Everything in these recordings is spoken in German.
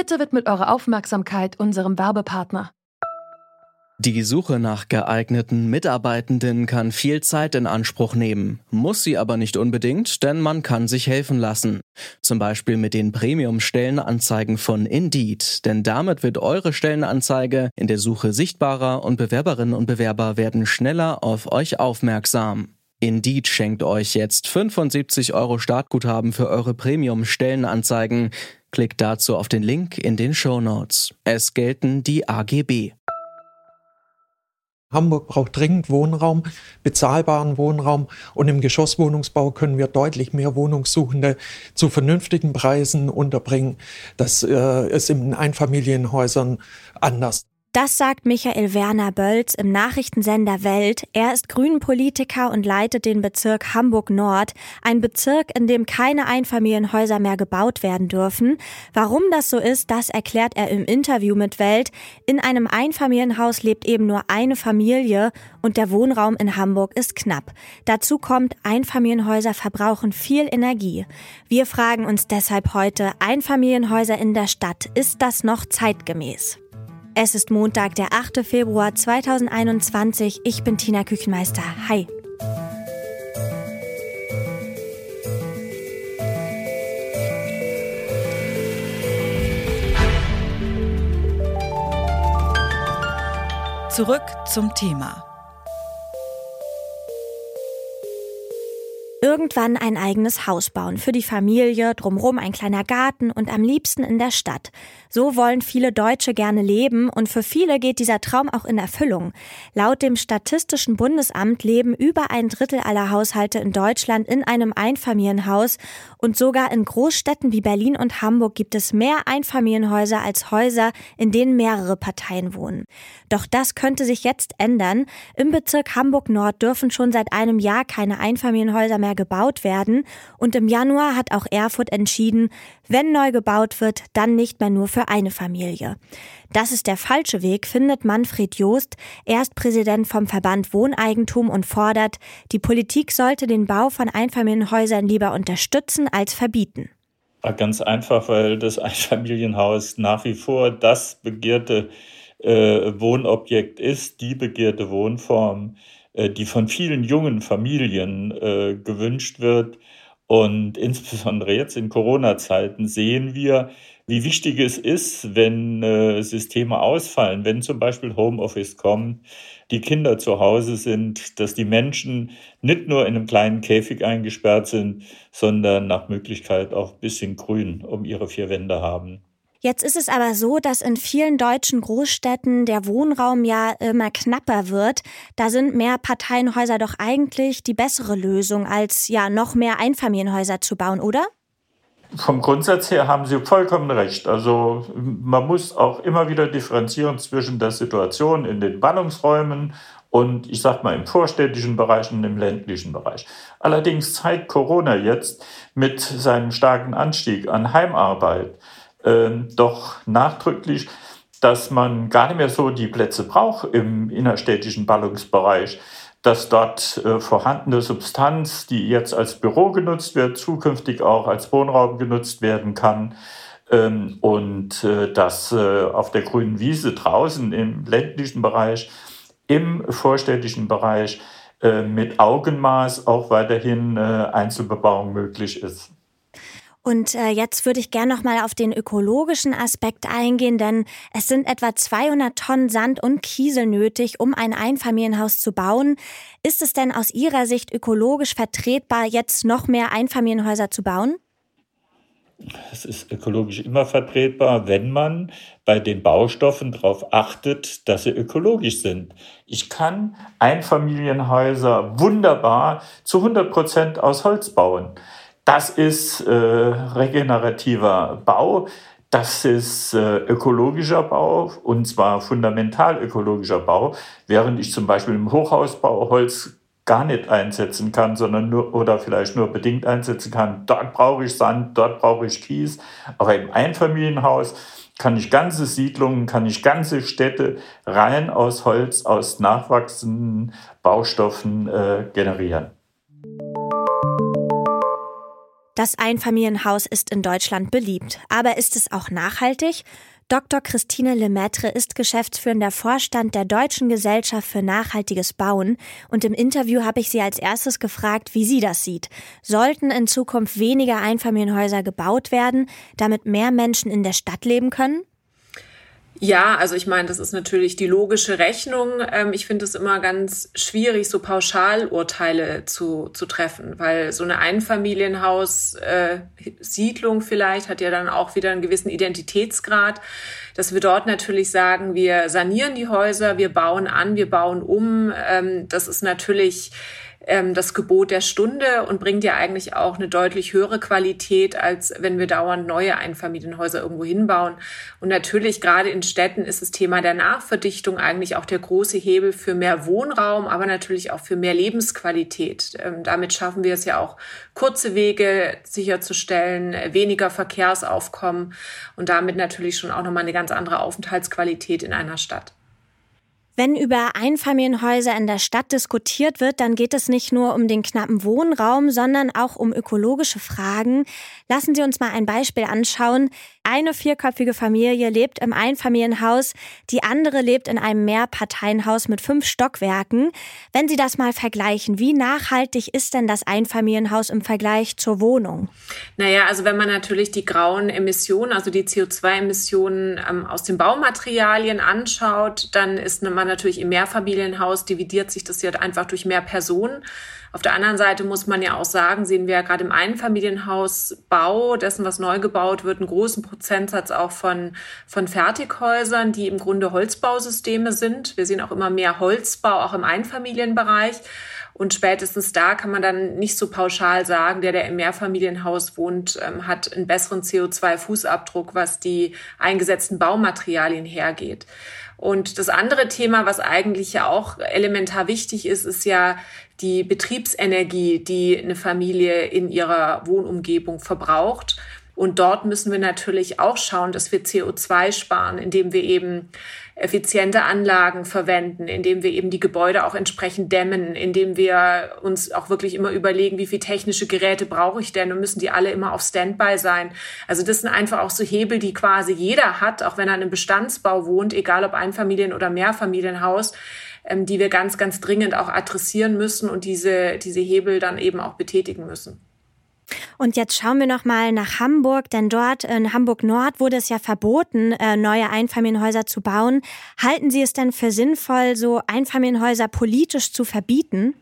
Bitte widmet eure Aufmerksamkeit unserem Werbepartner. Die Suche nach geeigneten Mitarbeitenden kann viel Zeit in Anspruch nehmen, muss sie aber nicht unbedingt, denn man kann sich helfen lassen. Zum Beispiel mit den Premium-Stellenanzeigen von Indeed, denn damit wird eure Stellenanzeige in der Suche sichtbarer und Bewerberinnen und Bewerber werden schneller auf euch aufmerksam. Indeed schenkt euch jetzt 75 € Startguthaben für eure Premium-Stellenanzeigen. Klickt dazu auf den Link in den Shownotes. Es gelten die AGB. Hamburg braucht dringend Wohnraum, bezahlbaren Wohnraum, und im Geschosswohnungsbau können wir deutlich mehr Wohnungssuchende zu vernünftigen Preisen unterbringen. Das ist in Einfamilienhäusern anders. Das sagt Michael Werner Bölz im Nachrichtensender Welt. Er ist Grünen-Politiker und leitet den Bezirk Hamburg-Nord, ein Bezirk, in dem keine Einfamilienhäuser mehr gebaut werden dürfen. Warum das so ist, das erklärt er im Interview mit Welt. In einem Einfamilienhaus lebt eben nur eine Familie und der Wohnraum in Hamburg ist knapp. Dazu kommt, Einfamilienhäuser verbrauchen viel Energie. Wir fragen uns deshalb heute, Einfamilienhäuser in der Stadt, ist das noch zeitgemäß? Es ist Montag, der 8. Februar 2021. Ich bin Tina Küchenmeister. Hi. Zurück zum Thema. Irgendwann ein eigenes Haus bauen für die Familie, drumherum ein kleiner Garten und am liebsten in der Stadt. So wollen viele Deutsche gerne leben und für viele geht dieser Traum auch in Erfüllung. Laut dem Statistischen Bundesamt leben über 1/3 aller Haushalte in Deutschland in einem Einfamilienhaus und sogar in Großstädten wie Berlin und Hamburg gibt es mehr Einfamilienhäuser als Häuser, in denen mehrere Parteien wohnen. Doch das könnte sich jetzt ändern. Im Bezirk Hamburg-Nord dürfen schon seit einem Jahr keine Einfamilienhäuser mehr gebaut werden und im Januar hat auch Erfurt entschieden, wenn neu gebaut wird, dann nicht mehr nur für eine Familie. Das ist der falsche Weg, findet Manfred Joost. Er ist Präsident vom Verband Wohneigentum und fordert, die Politik sollte den Bau von Einfamilienhäusern lieber unterstützen als verbieten. Ganz einfach, weil das Einfamilienhaus nach wie vor das begehrte Wohnobjekt ist, die begehrte Wohnform, die von vielen jungen Familien gewünscht wird. Und insbesondere jetzt in Corona-Zeiten sehen wir, wie wichtig es ist, wenn Systeme ausfallen, wenn zum Beispiel Homeoffice kommt, die Kinder zu Hause sind, dass die Menschen nicht nur in einem kleinen Käfig eingesperrt sind, sondern nach Möglichkeit auch ein bisschen Grün um ihre vier Wände haben. Jetzt ist es aber so, dass in vielen deutschen Großstädten der Wohnraum ja immer knapper wird. Da sind mehr Parteienhäuser doch eigentlich die bessere Lösung, als ja noch mehr Einfamilienhäuser zu bauen, oder? Vom Grundsatz her haben Sie vollkommen recht. Also man muss auch immer wieder differenzieren zwischen der Situation in den Ballungsräumen und ich sag mal im vorstädtischen Bereich und im ländlichen Bereich. Allerdings zeigt Corona jetzt mit seinem starken Anstieg an Heimarbeit doch nachdrücklich, dass man gar nicht mehr so die Plätze braucht im innerstädtischen Ballungsbereich, dass dort vorhandene Substanz, die jetzt als Büro genutzt wird, zukünftig auch als Wohnraum genutzt werden kann und dass auf der grünen Wiese draußen im ländlichen Bereich, im vorstädtischen Bereich mit Augenmaß auch weiterhin Einzelbebauung möglich ist. Und jetzt würde ich gerne noch mal auf den ökologischen Aspekt eingehen, denn es sind etwa 200 Tonnen Sand und Kiesel nötig, um ein Einfamilienhaus zu bauen. Ist es denn aus Ihrer Sicht ökologisch vertretbar, jetzt noch mehr Einfamilienhäuser zu bauen? Es ist ökologisch immer vertretbar, wenn man bei den Baustoffen darauf achtet, dass sie ökologisch sind. Ich kann Einfamilienhäuser wunderbar zu 100% aus Holz bauen. Das ist regenerativer Bau, das ist ökologischer Bau und zwar fundamental ökologischer Bau, während ich zum Beispiel im Hochhausbau Holz gar nicht einsetzen kann, sondern nur oder vielleicht nur bedingt einsetzen kann. Dort brauche ich Sand, dort brauche ich Kies, aber im Einfamilienhaus kann ich ganze Siedlungen, kann ich ganze Städte rein aus Holz, aus nachwachsenden Baustoffen generieren. Das Einfamilienhaus ist in Deutschland beliebt. Aber ist es auch nachhaltig? Dr. Christine Lemaitre ist geschäftsführender Vorstand der Deutschen Gesellschaft für nachhaltiges Bauen. Und im Interview habe ich sie als erstes gefragt, wie sie das sieht. Sollten in Zukunft weniger Einfamilienhäuser gebaut werden, damit mehr Menschen in der Stadt leben können? Ja, also ich meine, das ist natürlich die logische Rechnung. Ich finde es immer ganz schwierig, so Pauschalurteile zu treffen, weil so eine Einfamilienhaus-Siedlung vielleicht hat ja dann auch wieder einen gewissen Identitätsgrad, dass wir dort natürlich sagen, wir sanieren die Häuser, wir bauen an, wir bauen um. Das ist natürlich das Gebot der Stunde und bringt ja eigentlich auch eine deutlich höhere Qualität, als wenn wir dauernd neue Einfamilienhäuser irgendwo hinbauen. Und natürlich gerade in Städten ist das Thema der Nachverdichtung eigentlich auch der große Hebel für mehr Wohnraum, aber natürlich auch für mehr Lebensqualität. Damit schaffen wir es ja auch, kurze Wege sicherzustellen, weniger Verkehrsaufkommen und damit natürlich schon auch nochmal eine ganz andere Aufenthaltsqualität in einer Stadt. Wenn über Einfamilienhäuser in der Stadt diskutiert wird, dann geht es nicht nur um den knappen Wohnraum, sondern auch um ökologische Fragen. Lassen Sie uns mal ein Beispiel anschauen. Eine 4-köpfige Familie lebt im Einfamilienhaus, die andere lebt in einem Mehrparteienhaus mit 5 Stockwerken. Wenn Sie das mal vergleichen, wie nachhaltig ist denn das Einfamilienhaus im Vergleich zur Wohnung? Naja, also wenn man natürlich die grauen Emissionen, also die CO2-Emissionen aus den Baumaterialien anschaut, dann ist man natürlich im Mehrfamilienhaus, dividiert sich das ja einfach durch mehr Personen. Auf der anderen Seite muss man ja auch sagen, sehen wir ja gerade im Einfamilienhausbau, dessen, was neu gebaut wird, einen großen Prozentsatz auch von Fertighäusern, die im Grunde Holzbausysteme sind. Wir sehen auch immer mehr Holzbau, auch im Einfamilienbereich. Und spätestens da kann man dann nicht so pauschal sagen, der im Mehrfamilienhaus wohnt, hat einen besseren CO2-Fußabdruck, was die eingesetzten Baumaterialien hergeht. Und das andere Thema, was eigentlich ja auch elementar wichtig ist, ist ja die Betriebsenergie, die eine Familie in ihrer Wohnumgebung verbraucht. Und dort müssen wir natürlich auch schauen, dass wir CO2 sparen, indem wir eben effiziente Anlagen verwenden, indem wir eben die Gebäude auch entsprechend dämmen, indem wir uns auch wirklich immer überlegen, wie viele technische Geräte brauche ich denn und müssen die alle immer auf Standby sein. Also das sind einfach auch so Hebel, die quasi jeder hat, auch wenn er in einem Bestandsbau wohnt, egal ob Einfamilien- oder Mehrfamilienhaus, die wir ganz, ganz dringend auch adressieren müssen und diese Hebel dann eben auch betätigen müssen. Und jetzt schauen wir noch mal nach Hamburg, denn dort in Hamburg-Nord wurde es ja verboten, neue Einfamilienhäuser zu bauen. Halten Sie es denn für sinnvoll, so Einfamilienhäuser politisch zu verbieten?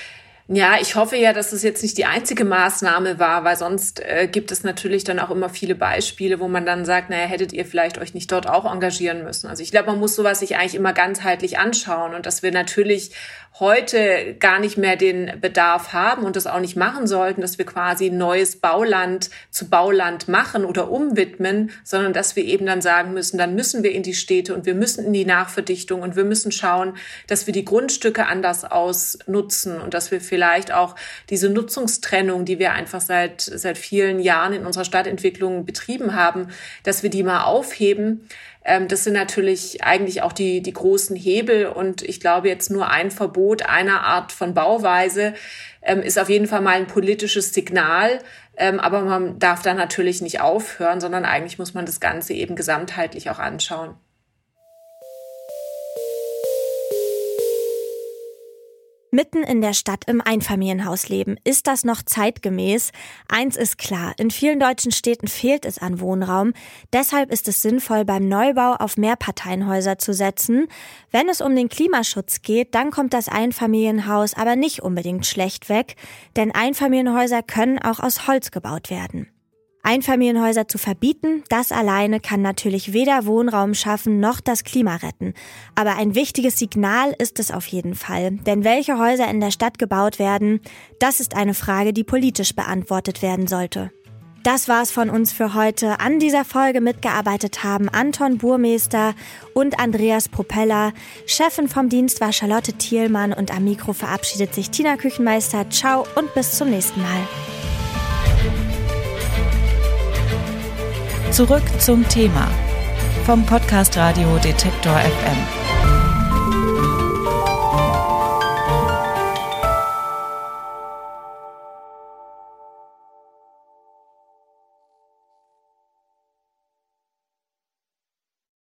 Ja, ich hoffe ja, dass es jetzt nicht die einzige Maßnahme war, weil sonst gibt es natürlich dann auch immer viele Beispiele, wo man dann sagt, naja, hättet ihr vielleicht euch nicht dort auch engagieren müssen. Also ich glaube, man muss sowas sich eigentlich immer ganzheitlich anschauen und dass wir natürlich heute gar nicht mehr den Bedarf haben und das auch nicht machen sollten, dass wir quasi neues Bauland zu Bauland machen oder umwidmen, sondern dass wir eben dann sagen müssen, dann müssen wir in die Städte und wir müssen in die Nachverdichtung und wir müssen schauen, dass wir die Grundstücke anders ausnutzen und dass wir vielleicht auch diese Nutzungstrennung, die wir einfach seit vielen Jahren in unserer Stadtentwicklung betrieben haben, dass wir die mal aufheben. Das sind natürlich eigentlich auch die großen Hebel und ich glaube jetzt nur ein Verbot einer Art von Bauweise ist auf jeden Fall mal ein politisches Signal, aber man darf da natürlich nicht aufhören, sondern eigentlich muss man das Ganze eben gesamtheitlich auch anschauen. Mitten in der Stadt im Einfamilienhaus leben. Ist das noch zeitgemäß? Eins ist klar, in vielen deutschen Städten fehlt es an Wohnraum. Deshalb ist es sinnvoll, beim Neubau auf Mehrparteienhäuser zu setzen. Wenn es um den Klimaschutz geht, dann kommt das Einfamilienhaus aber nicht unbedingt schlecht weg, denn Einfamilienhäuser können auch aus Holz gebaut werden. Einfamilienhäuser zu verbieten, das alleine kann natürlich weder Wohnraum schaffen noch das Klima retten. Aber ein wichtiges Signal ist es auf jeden Fall. Denn welche Häuser in der Stadt gebaut werden, das ist eine Frage, die politisch beantwortet werden sollte. Das war's von uns für heute. An dieser Folge mitgearbeitet haben Anton Burmester und Andreas Propeller. Chefin vom Dienst war Charlotte Thielmann und am Mikro verabschiedet sich Tina Küchenmeister. Ciao und bis zum nächsten Mal. Zurück zum Thema vom Podcast Radio Detektor FM.